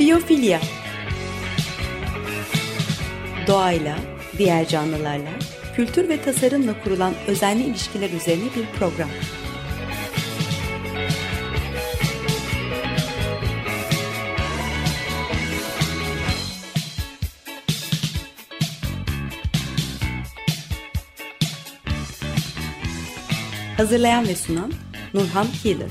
Biyofilya. Doğayla, diğer canlılarla, kültür ve tasarımla kurulan özenli ilişkiler üzerine bir program. Hazırlayan ve sunan Nurhan Keeler.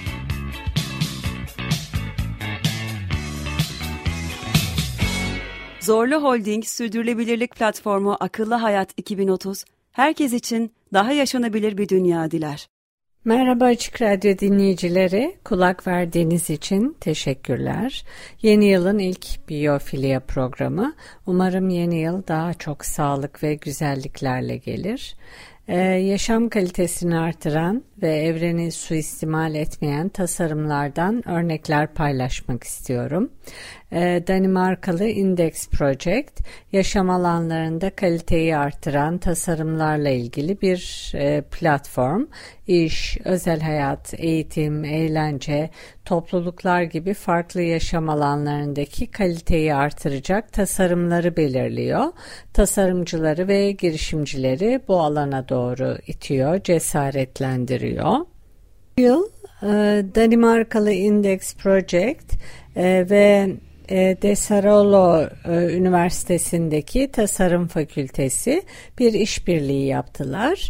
Zorlu Holding Sürdürülebilirlik Platformu Akıllı Hayat 2030, herkes için daha yaşanabilir bir dünya diler. Merhaba Açık Radyo dinleyicileri, kulak verdiğiniz için teşekkürler. Yeni yılın ilk biyofilya programı. Umarım yeni yıl daha çok sağlık ve güzelliklerle gelir. Yaşam kalitesini artıran ve evreni suistimal etmeyen tasarımlardan örnekler paylaşmak istiyorum. Danimarkalı Index Project, yaşam alanlarında kaliteyi artıran tasarımlarla ilgili bir platform. İş, özel hayat, eğitim, eğlence, topluluklar gibi farklı yaşam alanlarındaki kaliteyi artıracak tasarımları belirliyor. Tasarımcıları ve girişimcileri bu alana doğru itiyor, cesaretlendiriyor. Bu yıl Danimarkalı Index Project ve Desarollo Üniversitesi'ndeki Tasarım Fakültesi bir işbirliği yaptılar.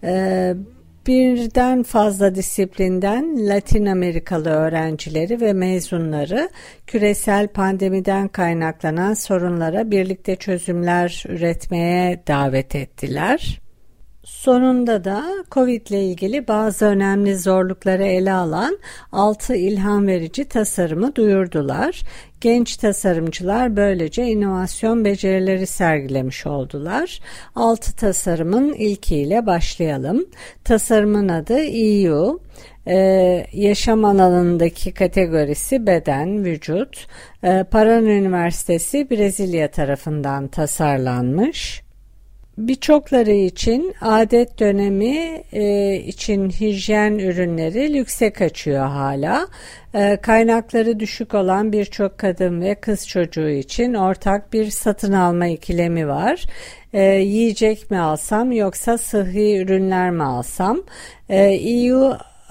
Birden fazla disiplinden Latin Amerikalı öğrencileri ve mezunları küresel pandemiden kaynaklanan sorunlara birlikte çözümler üretmeye davet ettiler. Sonunda da Covid ile ilgili bazı önemli zorlukları ele alan 6 ilham verici tasarımı duyurdular. Genç tasarımcılar böylece inovasyon becerileri sergilemiş oldular. 6 tasarımın ilkiyle başlayalım. Tasarımın adı EU. Yaşam alanındaki kategorisi beden, vücut. Paran Üniversitesi Brezilya tarafından tasarlanmış. Birçokları için adet dönemi için hijyen ürünleri lükse kaçıyor hala. Kaynakları düşük olan birçok kadın ve kız çocuğu için ortak bir satın alma ikilemi var. Yiyecek mi alsam yoksa sıhhi ürünler mi alsam? EU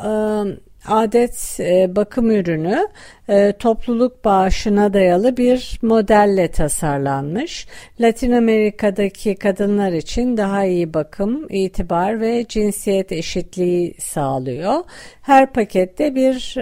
adet bakım ürünü topluluk bağışına dayalı bir modelle tasarlanmış. Latin Amerika'daki kadınlar için daha iyi bakım, itibar ve cinsiyet eşitliği sağlıyor. Her pakette bir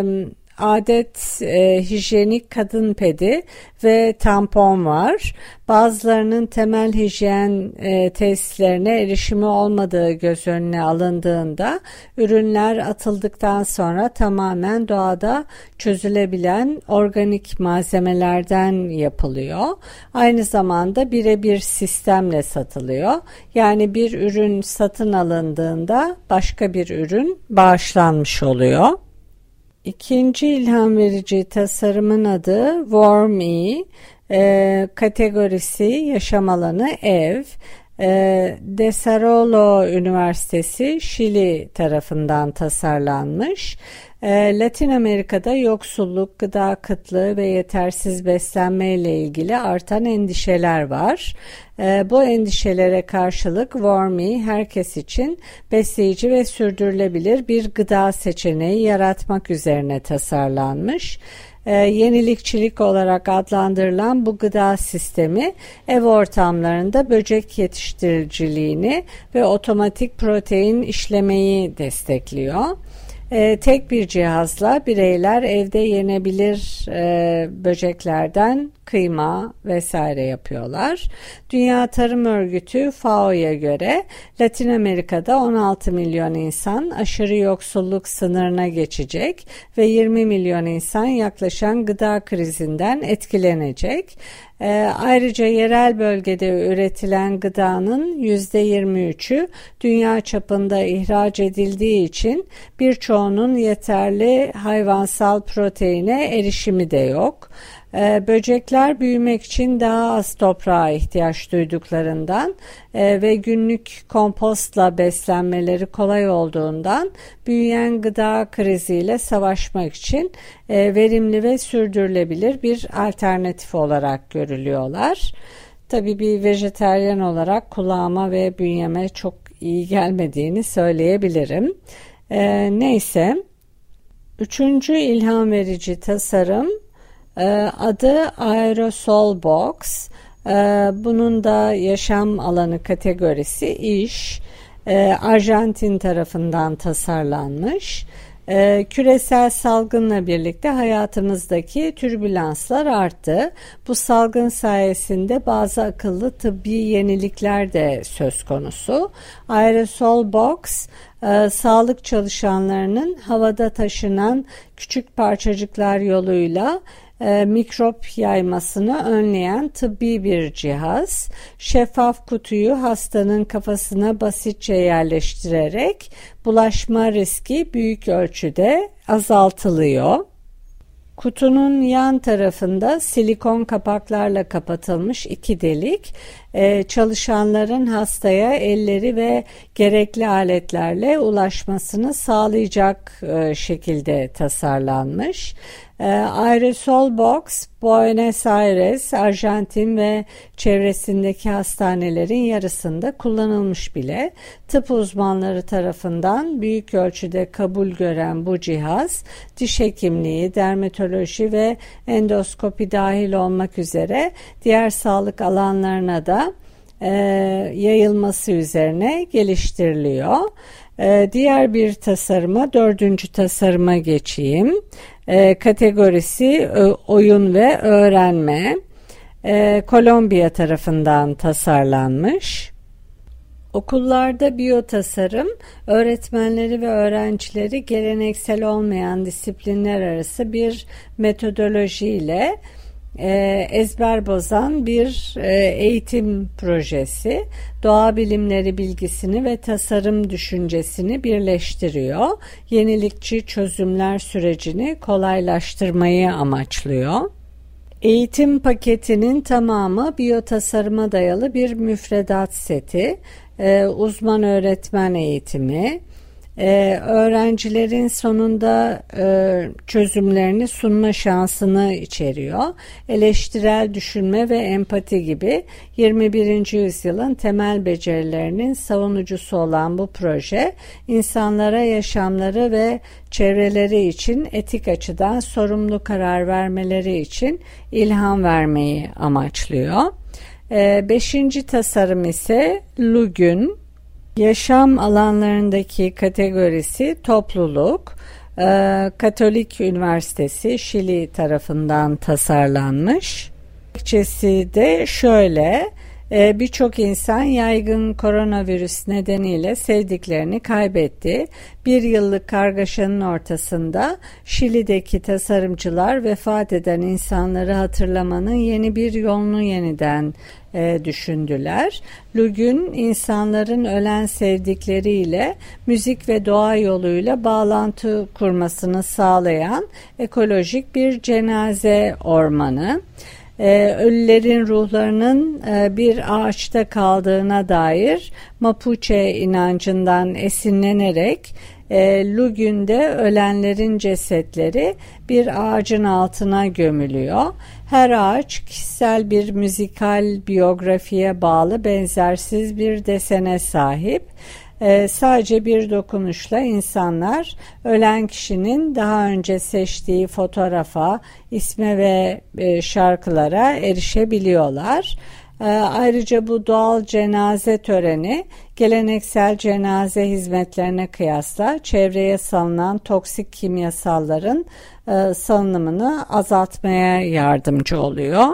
adet hijyenik kadın pedi ve tampon var. Bazılarının temel hijyen tesislerine erişimi olmadığı göz önüne alındığında ürünler atıldıktan sonra tamamen doğada çözülebilen organik malzemelerden yapılıyor. Aynı zamanda birebir sistemle satılıyor. Yani bir ürün satın alındığında başka bir ürün bağışlanmış oluyor. İkinci ilham verici tasarımın adı Warm-E, kategorisi yaşam alanı ev. Desarollo Üniversitesi Şili tarafından tasarlanmış. Latin Amerika'da yoksulluk, gıda kıtlığı ve yetersiz beslenme ile ilgili artan endişeler var. Bu endişelere karşılık Warm-E herkes için besleyici ve sürdürülebilir bir gıda seçeneği yaratmak üzerine tasarlanmış. Yenilikçilik olarak adlandırılan bu gıda sistemi ev ortamlarında böcek yetiştiriciliğini ve otomatik protein işlemeyi destekliyor. Tek bir cihazla bireyler evde yenebilir böceklerden kıyma vesaire yapıyorlar. Dünya Tarım Örgütü FAO'ya göre Latin Amerika'da 16 milyon insan aşırı yoksulluk sınırına geçecek ve 20 milyon insan yaklaşan gıda krizinden etkilenecek. Ayrıca yerel bölgede üretilen gıdanın %23'ü dünya çapında ihraç edildiği için birçoğunun yeterli hayvansal proteine erişimi de yok. Böcekler büyümek için daha az toprağa ihtiyaç duyduklarından ve günlük kompostla beslenmeleri kolay olduğundan büyüyen gıda kriziyle savaşmak için verimli ve sürdürülebilir bir alternatif olarak görülüyorlar. Tabii bir vejetaryen olarak kulağıma ve bünyeme çok iyi gelmediğini söyleyebilirim. Neyse, üçüncü ilham verici tasarım adı Aerosol Box. Bunun da yaşam alanı kategorisi iş. Arjantin tarafından tasarlanmış. Küresel salgınla birlikte hayatımızdaki türbülanslar arttı. Bu salgın sayesinde bazı akıllı tıbbi yenilikler de söz konusu. Aerosol Box, sağlık çalışanlarının havada taşınan küçük parçacıklar yoluyla mikrop yaymasını önleyen tıbbi bir cihaz. Şeffaf kutuyu hastanın kafasına basitçe yerleştirerek bulaşma riski büyük ölçüde azaltılıyor. Kutunun yan tarafında silikon kapaklarla kapatılmış iki delik, çalışanların hastaya elleri ve gerekli aletlerle ulaşmasını sağlayacak şekilde tasarlanmış. Aerosol Box, Buenos Aires, Arjantin ve çevresindeki hastanelerin yarısında kullanılmış bile. Tıp uzmanları tarafından büyük ölçüde kabul gören bu cihaz, diş hekimliği, dermatoloji ve endoskopi dahil olmak üzere diğer sağlık alanlarına da yayılması üzerine geliştiriliyor. Diğer bir tasarıma, dördüncü tasarıma geçeyim. Kategorisi oyun ve öğrenme. Kolombiya tarafından tasarlanmış. Okullarda biyotasarım, öğretmenleri ve öğrencileri geleneksel olmayan disiplinler arası bir metodolojiyle ezber bozan bir eğitim projesi, doğa bilimleri bilgisini ve tasarım düşüncesini birleştiriyor. Yenilikçi çözümler sürecini kolaylaştırmayı amaçlıyor. Eğitim paketinin tamamı biyotasarıma dayalı bir müfredat seti, uzman öğretmen eğitimi, öğrencilerin sonunda çözümlerini sunma şansını içeriyor. Eleştirel düşünme ve empati gibi 21. yüzyılın temel becerilerinin savunucusu olan bu proje, insanlara yaşamları ve çevreleri için etik açıdan sorumlu karar vermeleri için ilham vermeyi amaçlıyor. Beşinci tasarım ise Lugün. Yaşam alanlarındaki kategorisi topluluk. Katolik Üniversitesi Şili tarafından tasarlanmış. Gerekçesi de şöyle: birçok insan yaygın koronavirüs nedeniyle sevdiklerini kaybetti. Bir yıllık kargaşanın ortasında Şili'deki tasarımcılar vefat eden insanları hatırlamanın yeni bir yolunu yeniden düşündüler. Lugün, insanların ölen sevdikleriyle müzik ve doğa yoluyla bağlantı kurmasını sağlayan ekolojik bir cenaze ormanı. Ölülerin ruhlarının bir ağaçta kaldığına dair Mapuche inancından esinlenerek Lugün'de ölenlerin cesetleri bir ağacın altına gömülüyor. Her ağaç kişisel bir müzikal biyografiye bağlı benzersiz bir desene sahip. Sadece bir dokunuşla insanlar ölen kişinin daha önce seçtiği fotoğrafa, isme ve şarkılara erişebiliyorlar. Ayrıca bu doğal cenaze töreni geleneksel cenaze hizmetlerine kıyasla çevreye salınan toksik kimyasalların salınımını azaltmaya yardımcı oluyor.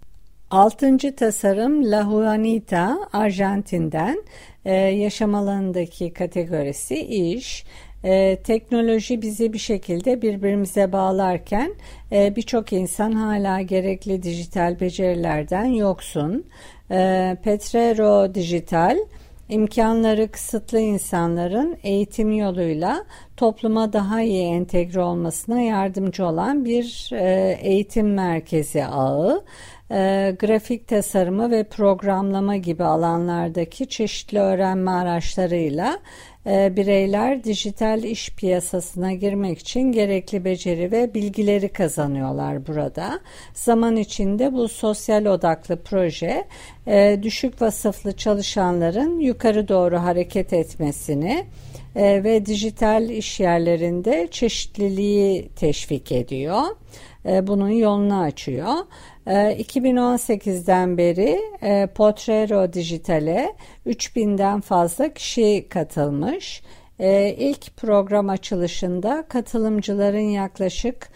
Altıncı tasarım La Juanita, Arjantin'den. Yaşam alanındaki kategorisi iş. Teknoloji bizi bir şekilde birbirimize bağlarken birçok insan hala gerekli dijital becerilerden yoksun. Petrero Dijital, imkanları kısıtlı insanların eğitim yoluyla topluma daha iyi entegre olmasına yardımcı olan bir eğitim merkezi ağı. Grafik tasarımı ve programlama gibi alanlardaki çeşitli öğrenme araçlarıyla bireyler dijital iş piyasasına girmek için gerekli beceri ve bilgileri kazanıyorlar burada. Zaman içinde bu sosyal odaklı proje düşük vasıflı çalışanların yukarı doğru hareket etmesini ve dijital iş yerlerinde çeşitliliği teşvik ediyor. Bunun yolunu açıyor. 2018'den beri Potrero Dijital'e 3000'den fazla kişi katılmış. İlk program açılışında katılımcıların yaklaşık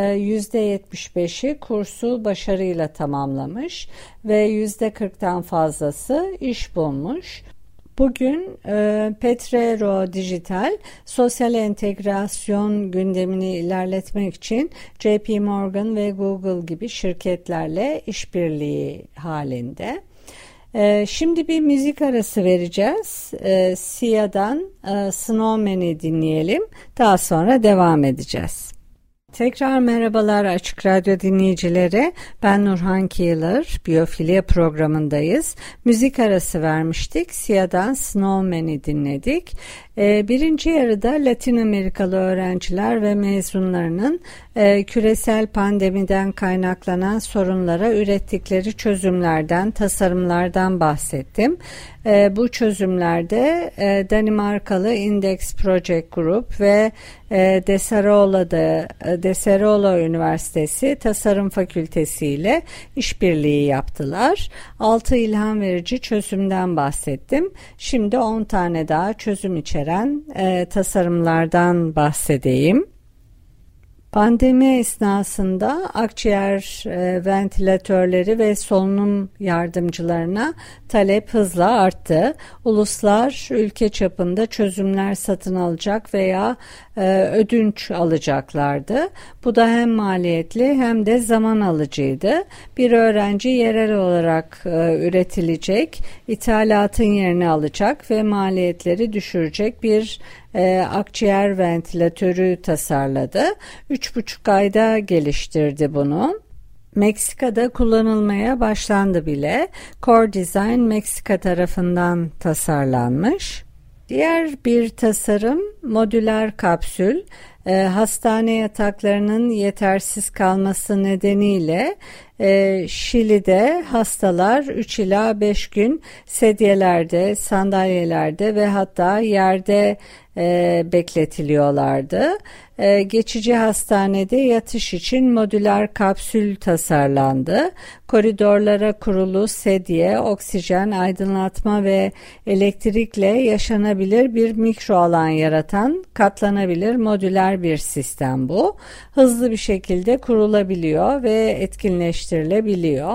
%75'i kursu başarıyla tamamlamış ve %40'tan fazlası iş bulmuş. Bugün Potrero Dijital sosyal entegrasyon gündemini ilerletmek için JP Morgan ve Google gibi şirketlerle işbirliği halinde. Şimdi bir müzik arası vereceğiz. Sia'dan Snowman'i dinleyelim. Daha sonra devam edeceğiz. Tekrar merhabalar Açık Radyo dinleyicileri. Ben Nurhan Keeler, Biyofilya programındayız. Müzik arası vermiştik. Sia'dan Snowman'i dinledik. Birinci yarıda Latin Amerikalı öğrenciler ve mezunlarının küresel pandemiden kaynaklanan sorunlara ürettikleri çözümlerden, tasarımlardan bahsettim. Bu çözümlerde Danimarkalı Index Project Group ve Deserola Üniversitesi Tasarım Fakültesi ile işbirliği yaptılar. 6 ilham verici çözümden bahsettim. Şimdi 10 tane daha çözüm içeren tasarımlardan bahsedeyim. Pandemi esnasında akciğer ventilatörleri ve solunum yardımcılarına talep hızla arttı. Uluslar ülke çapında çözümler satın alacak veya ödünç alacaklardı. Bu da hem maliyetli hem de zaman alıcıydı. Bir öğrenci yerel olarak üretilecek, ithalatın yerini alacak ve maliyetleri düşürecek bir akciğer ventilatörü tasarladı. 3,5 ayda geliştirdi bunu. Meksika'da kullanılmaya başlandı bile. Core Design Meksika tarafından tasarlanmış. Diğer bir tasarım modüler kapsül. Hastane yataklarının yetersiz kalması nedeniyle Şili'de hastalar 3 ila 5 gün sedyelerde, sandalyelerde ve hatta yerde bekletiliyorlardı. Geçici hastanede yatış için modüler kapsül tasarlandı. Koridorlara kurulu sedye, oksijen, aydınlatma ve elektrikle yaşanabilir bir mikro alan yaratan katlanabilir modüler bir sistem bu. Hızlı bir şekilde kurulabiliyor ve etkinleştirilebiliyor.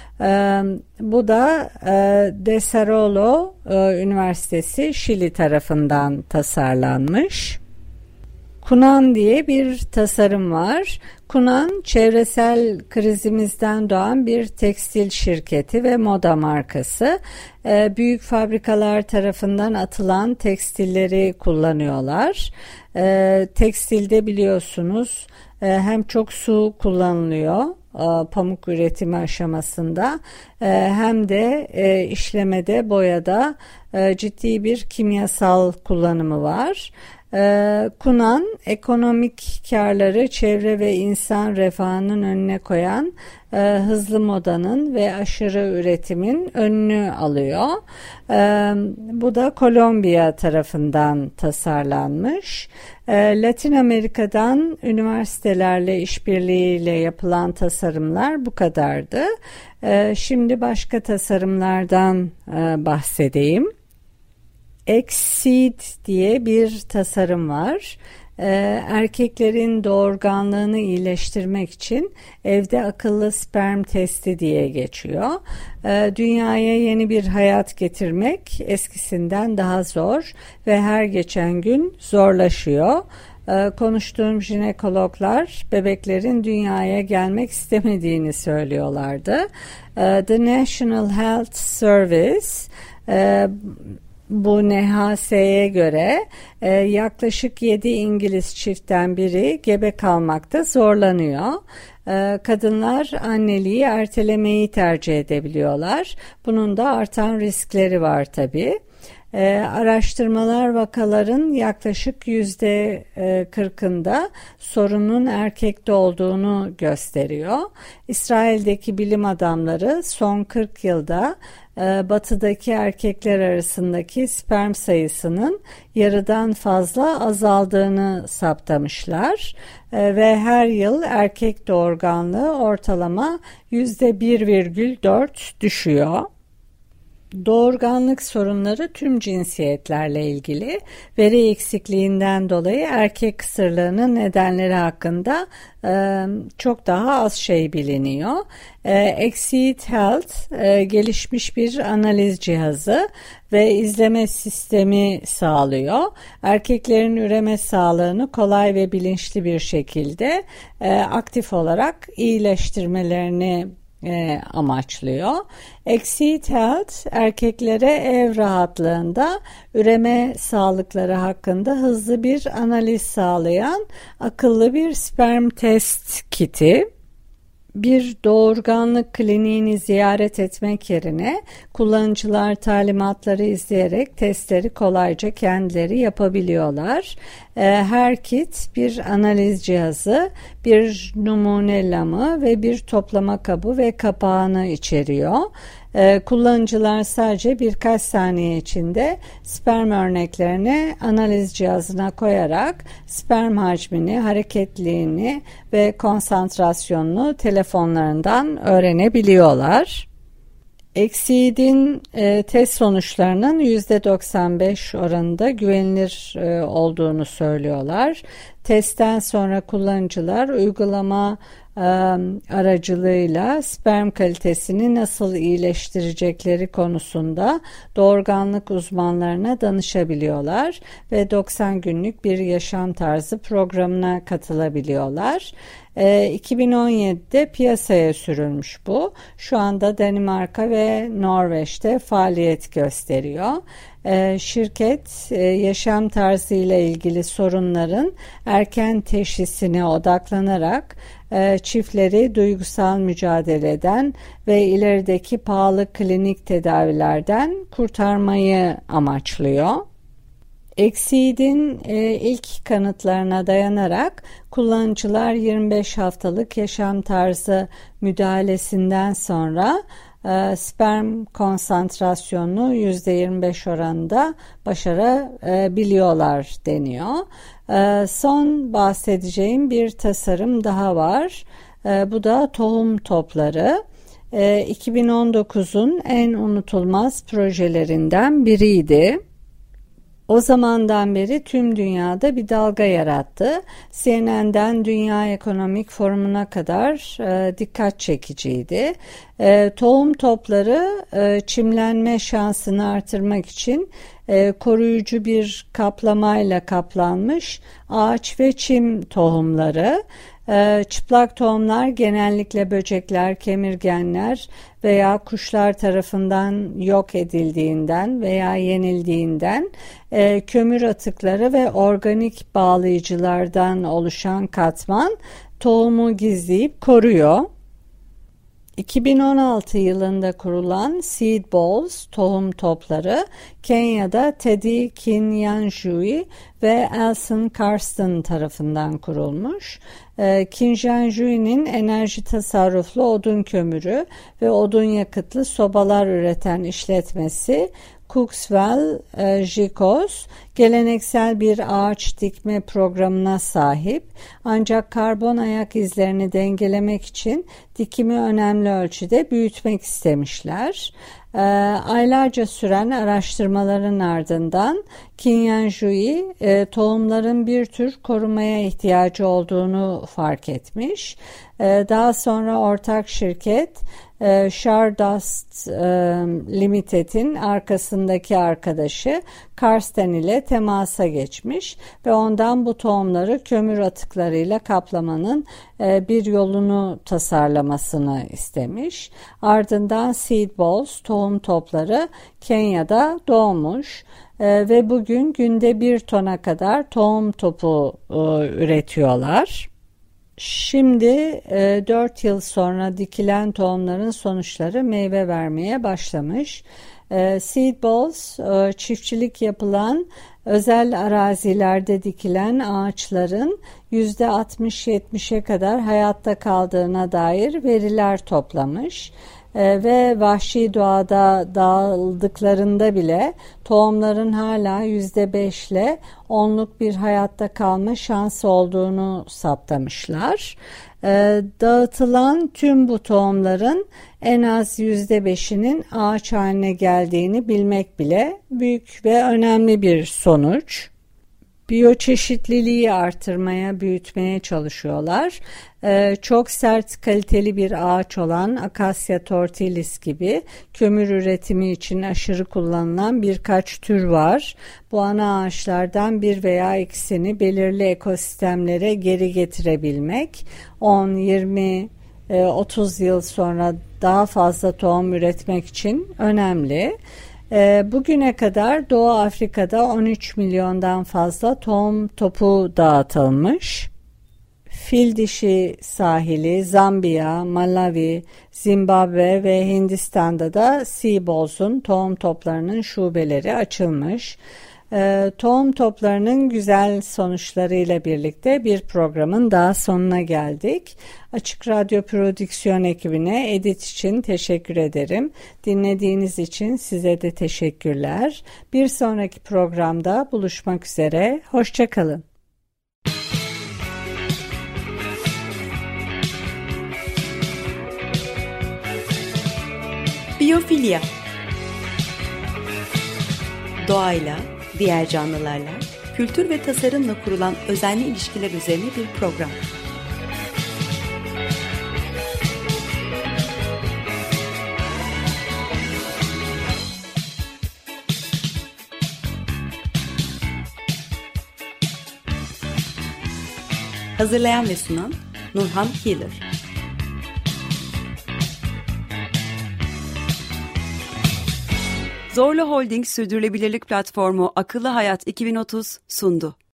Bu da Deserola Üniversitesi Şili tarafından tasarlanmış. Kunan diye bir tasarım var. Kunan çevresel krizimizden doğan bir tekstil şirketi ve moda markası. Büyük fabrikalar tarafından atılan tekstilleri kullanıyorlar. Tekstilde biliyorsunuz hem çok su kullanılıyor pamuk üretimi aşamasında hem de işlemede, boyada ciddi bir kimyasal kullanımı var. Kunan ekonomik karları çevre ve insan refahının önüne koyan hızlı modanın ve aşırı üretimin önünü alıyor. Bu da Kolombiya tarafından tasarlanmış. Latin Amerika'dan üniversitelerle işbirliğiyle yapılan tasarımlar bu kadardı. Şimdi başka tasarımlardan bahsedeyim. Exceed diye bir tasarım var. Erkeklerin doğurganlığını iyileştirmek için evde akıllı sperm testi diye geçiyor. Dünyaya yeni bir hayat getirmek eskisinden daha zor ve her geçen gün zorlaşıyor. Konuştuğum jinekologlar bebeklerin dünyaya gelmek istemediğini söylüyorlardı. The National Health Service Bu NHS'ye göre yaklaşık 7 İngiliz çiftten biri gebe kalmakta zorlanıyor. Kadınlar anneliği ertelemeyi tercih edebiliyorlar. Bunun da artan riskleri var tabii. Araştırmalar vakaların yaklaşık %40'ında sorunun erkekte olduğunu gösteriyor. İsrail'deki bilim adamları son 40 yılda batıdaki erkekler arasındaki sperm sayısının yarıdan fazla azaldığını saptamışlar ve her yıl erkek doğurganlığı ortalama %1,4 düşüyor. Doğurganlık sorunları tüm cinsiyetlerle ilgili. Veri eksikliğinden dolayı erkek kısırlığının nedenleri hakkında çok daha az şey biliniyor. Exceed Health gelişmiş bir analiz cihazı ve izleme sistemi sağlıyor. Erkeklerin üreme sağlığını kolay ve bilinçli bir şekilde aktif olarak iyileştirmelerini amaçlıyor. Exceed Health erkeklere ev rahatlığında üreme sağlıkları hakkında hızlı bir analiz sağlayan akıllı bir sperm test kiti. Bir doğurganlık kliniğini ziyaret etmek yerine kullanıcılar talimatları izleyerek testleri kolayca kendileri yapabiliyorlar. Her kit bir analiz cihazı, bir numune lamı ve bir toplama kabı ve kapağını içeriyor. Kullanıcılar sadece birkaç saniye içinde sperm örneklerini analiz cihazına koyarak sperm hacmini, hareketliliğini ve konsantrasyonunu telefonlarından öğrenebiliyorlar. Exceed'in test sonuçlarının %95 oranında güvenilir olduğunu söylüyorlar. Testten sonra kullanıcılar uygulama aracılığıyla sperm kalitesini nasıl iyileştirecekleri konusunda doğurganlık uzmanlarına danışabiliyorlar ve 90 günlük bir yaşam tarzı programına katılabiliyorlar. 2017'de piyasaya sürülmüş bu. Şu anda Danimarka ve Norveç'te faaliyet gösteriyor. Şirket yaşam tarzı ile ilgili sorunların erken teşhisine odaklanarak çiftleri duygusal mücadeleden ve ilerideki pahalı klinik tedavilerden kurtarmayı amaçlıyor. Exceed'in ilk kanıtlarına dayanarak kullanıcılar 25 haftalık yaşam tarzı müdahalesinden sonra sperm konsantrasyonunu %25 oranında başarabiliyorlar deniyor. Son bahsedeceğim bir tasarım daha var. Bu da tohum topları. 2019'un en unutulmaz projelerinden biriydi. O zamandan beri tüm dünyada bir dalga yarattı. CNN'den Dünya Ekonomik Forumu'na kadar dikkat çekiciydi. Tohum topları çimlenme şansını artırmak için koruyucu bir kaplamayla kaplanmış ağaç ve çim tohumları. Çıplak tohumlar genellikle böcekler, kemirgenler veya kuşlar tarafından yok edildiğinden veya yenildiğinden kömür atıkları ve organik bağlayıcılardan oluşan katman tohumu gizleyip koruyor. 2016 yılında kurulan Seed Balls tohum topları Kenya'da Teddy Kinyanjui ve Alison Karsten tarafından kurulmuş. Kinyanjui'nin enerji tasarruflu odun kömürü ve odun yakıtlı sobalar üreten işletmesi Cookswell Jikos geleneksel bir ağaç dikme programına sahip, ancak karbon ayak izlerini dengelemek için dikimi önemli ölçüde büyütmek istemişler. Aylarca süren araştırmaların ardından Kinyanjui tohumların bir tür korumaya ihtiyacı olduğunu fark etmiş. Daha sonra ortak şirket Stardust Limited'in arkasındaki arkadaşı Karsten ile temasa geçmiş ve ondan bu tohumları kömür atıklarıyla kaplamanın bir yolunu tasarlamasını istemiş. Ardından Seed Balls tohum topları Kenya'da doğmuş. ve bugün günde 1 tona kadar tohum topu üretiyorlar. Şimdi 4 yıl sonra dikilen tohumların sonuçları meyve vermeye başlamış. Seed balls, çiftçilik yapılan özel arazilerde dikilen ağaçların %60-70'e kadar hayatta kaldığına dair veriler toplamış. Ve vahşi doğada dağıldıklarında bile tohumların hala %5 ile 10'luk bir hayatta kalma şansı olduğunu saptamışlar. Dağıtılan tüm bu tohumların en az %5'inin ağaç haline geldiğini bilmek bile büyük ve önemli bir sonuç. Biyoçeşitliliği artırmaya, büyütmeye çalışıyorlar. Çok sert, kaliteli bir ağaç olan Acacia tortilis gibi kömür üretimi için aşırı kullanılan birkaç tür var. Bu ana ağaçlardan bir veya ikisini belirli ekosistemlere geri getirebilmek 10, 20, 30 yıl sonra daha fazla tohum üretmek için önemli. Bugüne kadar Doğu Afrika'da 13 milyondan fazla tohum topu dağıtılmış. Fil dişi sahili, Zambiya, Malawi, Zimbabwe ve Hindistan'da da Seedballs'un tohum toplarının şubeleri açılmış. Tohum toplarının güzel sonuçlarıyla birlikte bir programın daha sonuna geldik. Açık Radyo Prodüksiyon ekibine edit için teşekkür ederim. Dinlediğiniz için size de teşekkürler. Bir sonraki programda buluşmak üzere. Hoşça kalın. Biyofilya. Doğayla, diğer canlılarla, kültür ve tasarımla kurulan özenli ilişkiler üzerine bir program. Hazırlayan ve sunan Nurhan Healer. Zorlu Holding Sürdürülebilirlik Platformu Akıllı Hayat 2030 sundu.